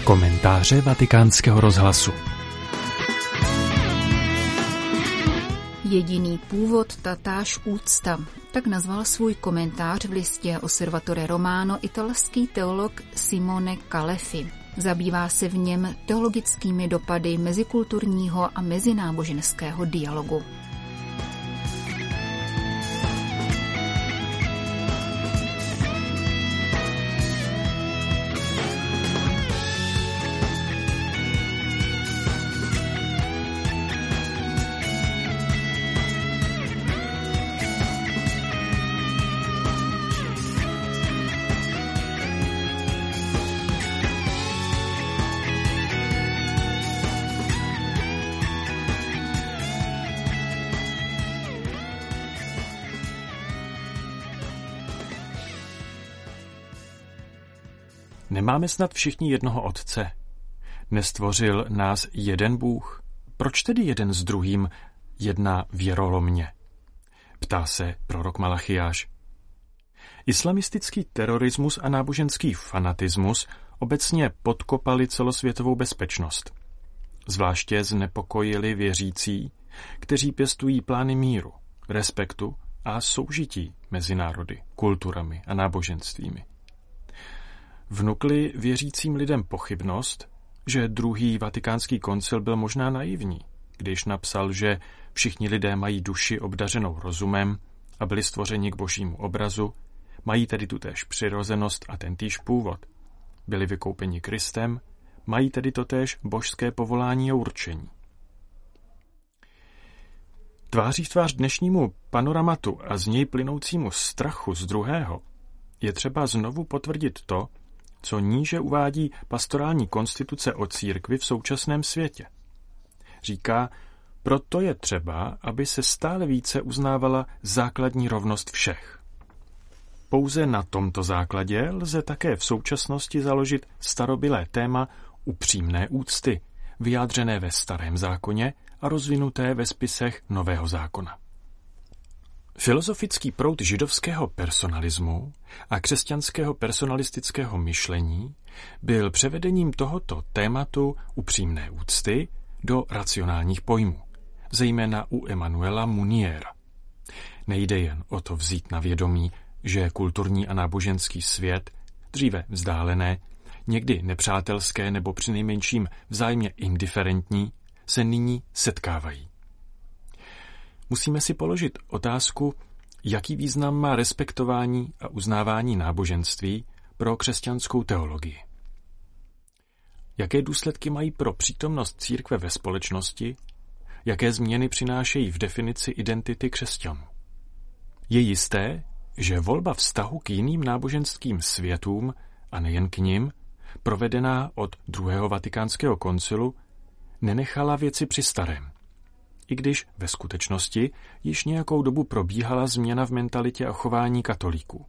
Komentáře Vatikánského rozhlasu. Jediný původ, tatáž úcta. Tak nazval svůj komentář v listě Osservatore Romano italský teolog Simone Calefi. Zabývá se v něm teologickými dopady mezikulturního a mezináboženského dialogu. Nemáme snad všichni jednoho Otce? Nestvořil nás jeden Bůh? Proč tedy jeden s druhým jedná věrolomně? Ptá se prorok Malachiáš. Islamistický terorismus a náboženský fanatismus obecně podkopali celosvětovou bezpečnost. Zvláště znepokojili věřící, kteří pěstují plány míru, respektu a soužití mezi národy, kulturami a náboženstvími. Vnukli věřícím lidem pochybnost, že druhý vatikánský koncil byl možná naivní, když napsal, že všichni lidé mají duši obdařenou rozumem a byli stvořeni k božímu obrazu, mají tedy tutéž přirozenost a tentýž původ. Byli vykoupeni Kristem, mají tedy totéž božské povolání a určení. Tváří v tvář dnešnímu panoramatu a z něj plynoucímu strachu z druhého je třeba znovu potvrdit to, co níže uvádí pastorální konstituce o církvi v současném světě. Říká, proto je třeba, aby se stále více uznávala základní rovnost všech. Pouze na tomto základě lze také v současnosti založit starobylé téma upřímné úcty, vyjádřené ve Starém zákoně a rozvinuté ve spisech Nového zákona. Filozofický proud židovského personalismu a křesťanského personalistického myšlení byl převedením tohoto tématu upřímné úcty do racionálních pojmů, zejména u Emanuela Muniera. Nejde jen o to vzít na vědomí, že kulturní a náboženský svět, dříve vzdálené, někdy nepřátelské nebo přinejmenším vzájemně indiferentní, se nyní setkávají. Musíme si položit otázku, jaký význam má respektování a uznávání náboženství pro křesťanskou teologii. Jaké důsledky mají pro přítomnost církve ve společnosti, jaké změny přinášejí v definici identity křesťanů. Je jisté, že volba vztahu k jiným náboženským světům a nejen k nim, provedená od druhého vatikánského koncilu, nenechala věci při starém. I když ve skutečnosti již nějakou dobu probíhala změna v mentalitě a chování katolíků.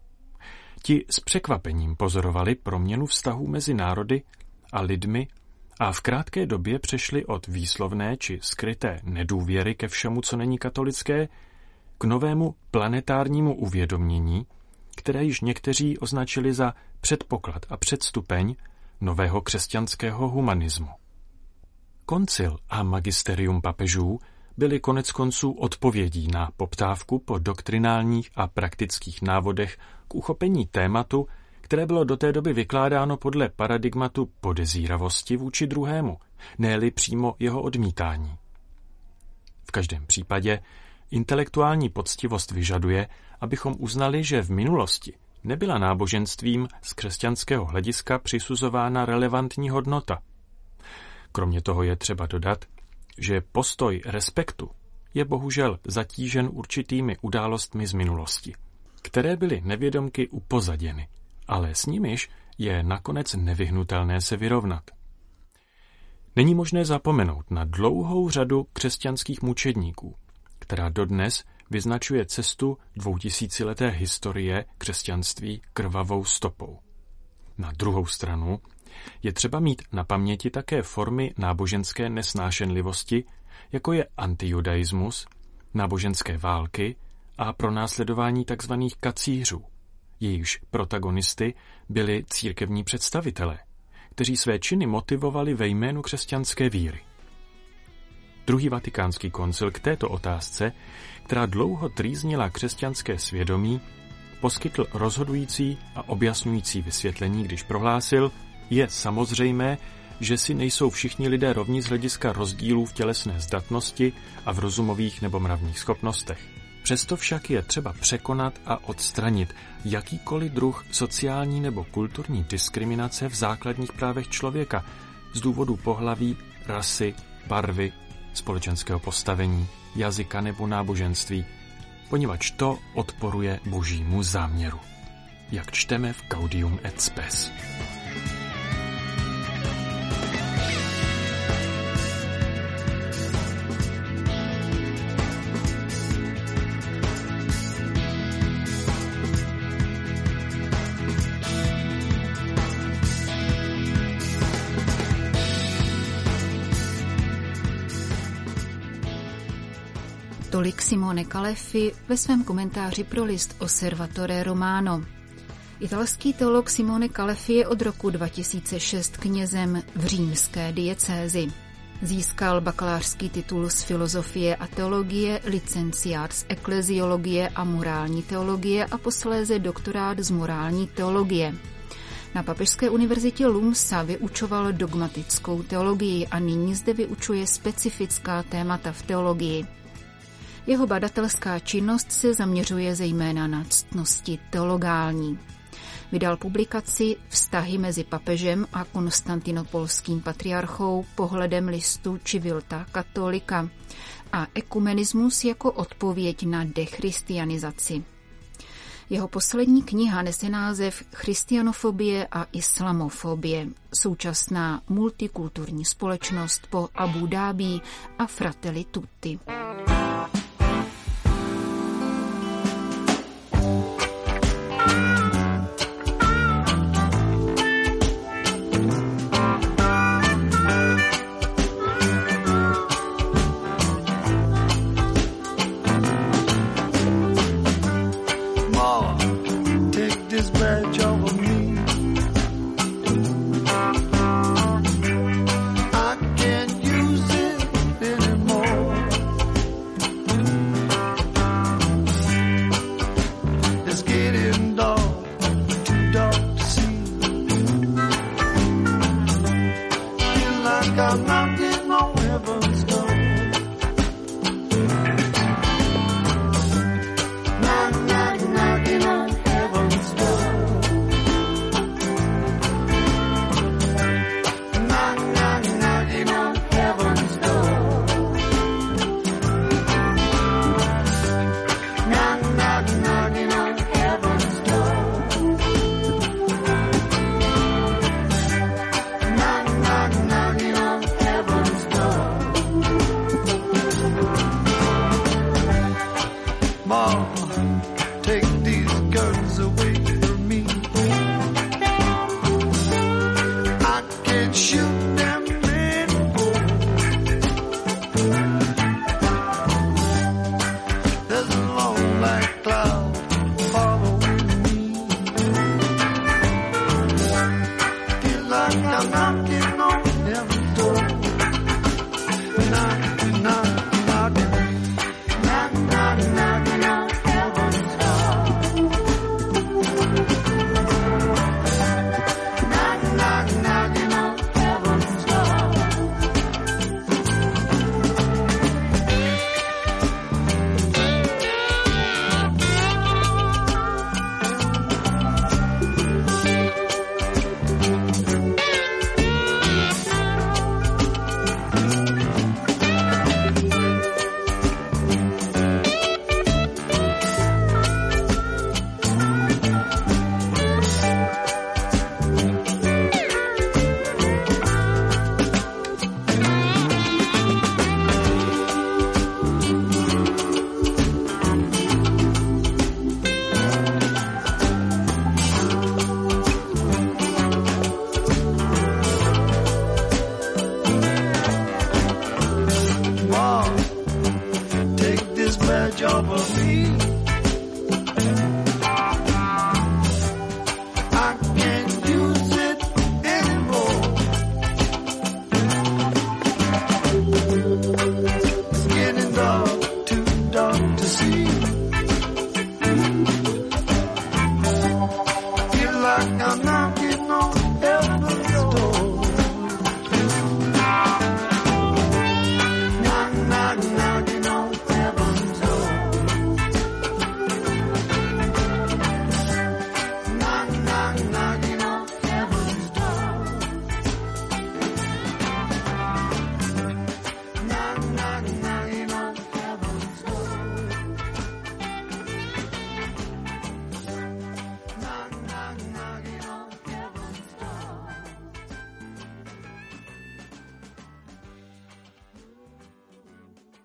Ti s překvapením pozorovali proměnu vztahů mezi národy a lidmi a v krátké době přešli od výslovné či skryté nedůvěry ke všemu, co není katolické, k novému planetárnímu uvědomění, které již někteří označili za předpoklad a předstupeň nového křesťanského humanismu. Koncil a magisterium papežů byly koneckonců odpovědí na poptávku po doktrinálních a praktických návodech k uchopení tématu, které bylo do té doby vykládáno podle paradigmatu podezíravosti vůči druhému, ne-li přímo jeho odmítání. V každém případě intelektuální poctivost vyžaduje, abychom uznali, že v minulosti nebyla náboženstvím z křesťanského hlediska přisuzována relevantní hodnota. Kromě toho je třeba dodat, že postoj respektu je bohužel zatížen určitými událostmi z minulosti, které byly nevědomky upozaděny, ale s nimiž je nakonec nevyhnutelné se vyrovnat. Není možné zapomenout na dlouhou řadu křesťanských mučedníků, která dodnes vyznačuje cestu 2000leté historie křesťanství krvavou stopou. Na druhou stranu je třeba mít na paměti také formy náboženské nesnášenlivosti, jako je antijudaismus, náboženské války a pronásledování tzv. Kacířů. Jejichž protagonisty byli církevní představitelé, kteří své činy motivovali ve jménu křesťanské víry. Druhý vatikánský koncil k této otázce, která dlouho trýznila křesťanské svědomí, poskytl rozhodující a objasňující vysvětlení, když prohlásil, je samozřejmé, že si nejsou všichni lidé rovní z hlediska rozdílů v tělesné zdatnosti a v rozumových nebo mravních schopnostech. Přesto však je třeba překonat a odstranit jakýkoliv druh sociální nebo kulturní diskriminace v základních právech člověka z důvodu pohlaví, rasy, barvy, společenského postavení, jazyka nebo náboženství, poněvadž to odporuje božímu záměru. Jak čteme v Gaudium et Spes. Tolik Simone Calefi ve svém komentáři pro list Osservatore Romano. Italský teolog Simone Calefi je od roku 2006 knězem v římské diecézi. Získal bakalářský titul z filozofie a teologie, licenciát z ekleziologie a morální teologie a posléze doktorát z morální teologie. Na Papežské univerzitě Lumsa vyučoval dogmatickou teologii a nyní zde vyučuje specifická témata v teologii. Jeho badatelská činnost se zaměřuje zejména na ctnosti teologální. Vydal publikaci Vztahy mezi papežem a konstantinopolským patriarchou pohledem listu Civiltà Cattolica a ekumenismus jako odpověď na dechristianizaci. Jeho poslední kniha nese název Christianofobie a islamofobie, současná multikulturní společnost po Abu Dhabí a Fratelli Tutti. job of me.